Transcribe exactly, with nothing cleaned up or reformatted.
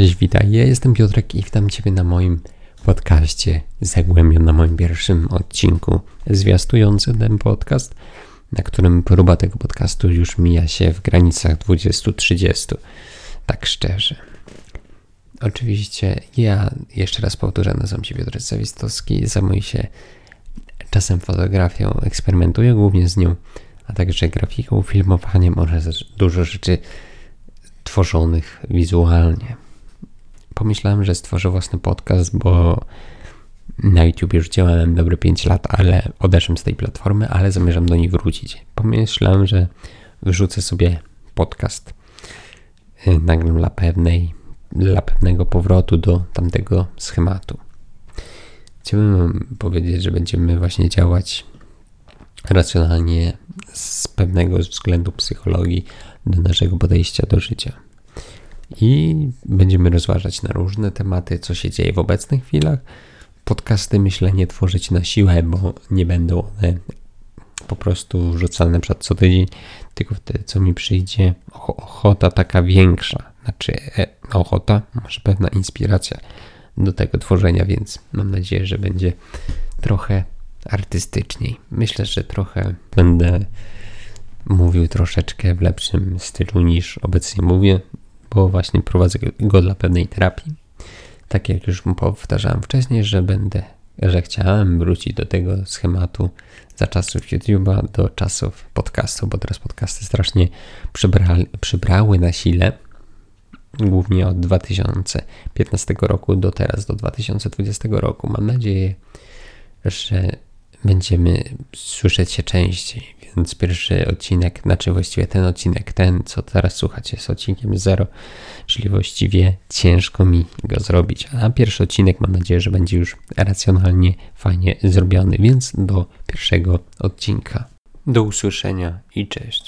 Cześć, witaj. Ja jestem Piotrek i witam Ciebie na moim podcaście Zagłębion, na moim pierwszym odcinku zwiastującym ten podcast, na którym próba tego podcastu już mija się w granicach dwadzieścia trzydzieści. Tak szczerze. Oczywiście ja, jeszcze raz powtórzę, nazywam się Piotr Zawistowski, zajmuję się czasem fotografią, eksperymentuję głównie z nią, a także grafiką, filmowaniem oraz dużo rzeczy tworzonych wizualnie. Pomyślałem, że stworzę własny podcast, bo na YouTube już działałem dobre pięć lat, ale odeszłem z tej platformy, ale zamierzam do niej wrócić. Pomyślałem, że wyrzucę sobie podcast nagle dla pewnej, dla pewnego powrotu do tamtego schematu. Chciałbym powiedzieć, że będziemy właśnie działać racjonalnie z pewnego względu psychologii do naszego podejścia do życia. I będziemy rozważać na różne tematy, co się dzieje w obecnych chwilach. Podcasty, myślę, nie tworzyć na siłę, bo nie będą one po prostu wrzucane przed co tydzień, tylko wtedy, co mi przyjdzie, ochota taka większa. Znaczy e, ochota, może pewna inspiracja do tego tworzenia, więc mam nadzieję, że będzie trochę artystyczniej. Myślę, że trochę będę mówił troszeczkę w lepszym stylu niż obecnie mówię, bo właśnie prowadzę go dla pewnej terapii. Tak jak już powtarzałem wcześniej, że będę, że chciałem wrócić do tego schematu za czasów YouTube'a do czasów podcastu, bo teraz podcasty strasznie przybrali, przybrały na sile, głównie od dwa tysiące piętnastego roku do teraz, do dwa tysiące dwudziestego roku. Mam nadzieję, że będziemy słyszeć się częściej, więc pierwszy odcinek, znaczy właściwie ten odcinek, ten co teraz słuchacie, jest odcinkiem zero, czyli właściwie ciężko mi go zrobić, a pierwszy odcinek mam nadzieję, że będzie już racjonalnie, fajnie zrobiony, więc do pierwszego odcinka. Do usłyszenia i cześć.